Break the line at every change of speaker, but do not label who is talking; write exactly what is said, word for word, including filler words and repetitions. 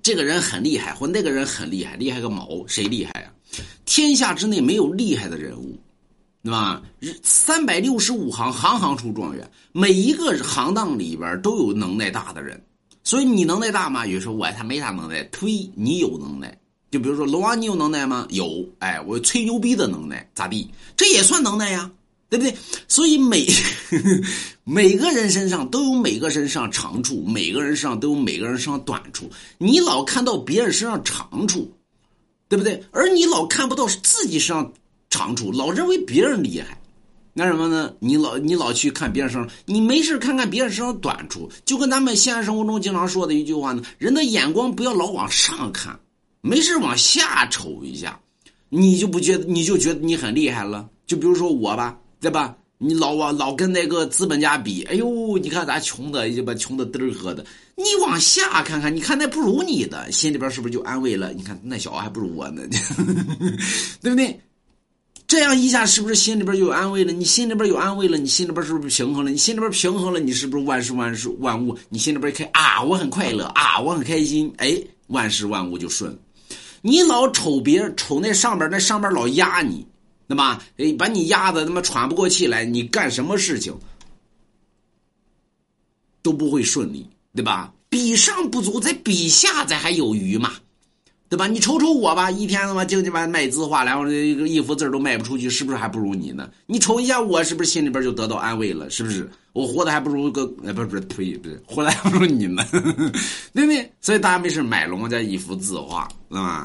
这个人很厉害，或那个人很厉害，厉害个毛，谁厉害啊？天下之内没有厉害的人物，对吧？三百六十五行，行行出状元，每一个行当里边都有能耐大的人。所以你能耐大吗？有时候我他没啥能耐，推你有能耐。就比如说龙王，你有能耐吗？有，哎，我吹牛逼的能耐，咋地？这也算能耐呀，对不对？所以每每个人身上都有每个人身上长处，每个人身上都有每个人身上短处。你老看到别人身上长处，对不对？而你老看不到自己身上长处，老认为别人厉害。那什么呢？你老你老去看别人身上，你没事看看别人身上短处，就跟咱们现实生活中经常说的一句话呢：人的眼光不要老往上看，没事往下瞅一下，你就不觉得你就觉得你很厉害了。就比如说我吧，对吧？你老往老跟那个资本家比，哎呦，你看咱穷的就把穷的嘚儿喝的，你往下看看，你看那不如你的，心里边是不是就安慰了？你看那小子还不如我呢，对不对？这样一下是不是心里边有安慰了？你心里边有安慰了，你心里边是不是平衡了？你心里边平衡了，你是不是万事万事万物？你心里边开啊，我很快乐啊，我很开心，哎，万事万物就顺。你老瞅别人，瞅那上边，那上边老压你，对吧？哎，把你压的他妈喘不过气来，你干什么事情都不会顺利，对吧？比上不足，在比下咱还有余嘛。对吧？你瞅瞅我吧，一天他妈净鸡巴卖字画，然后这个一幅字都卖不出去，是不是还不如你呢？你瞅一下我，是不是心里边就得到安慰了？是不是？我活的还不如个，呃，不是不是，呸，不是，活的还不如你呢，对不对？所以大家没事买龙家一幅字画，对吧？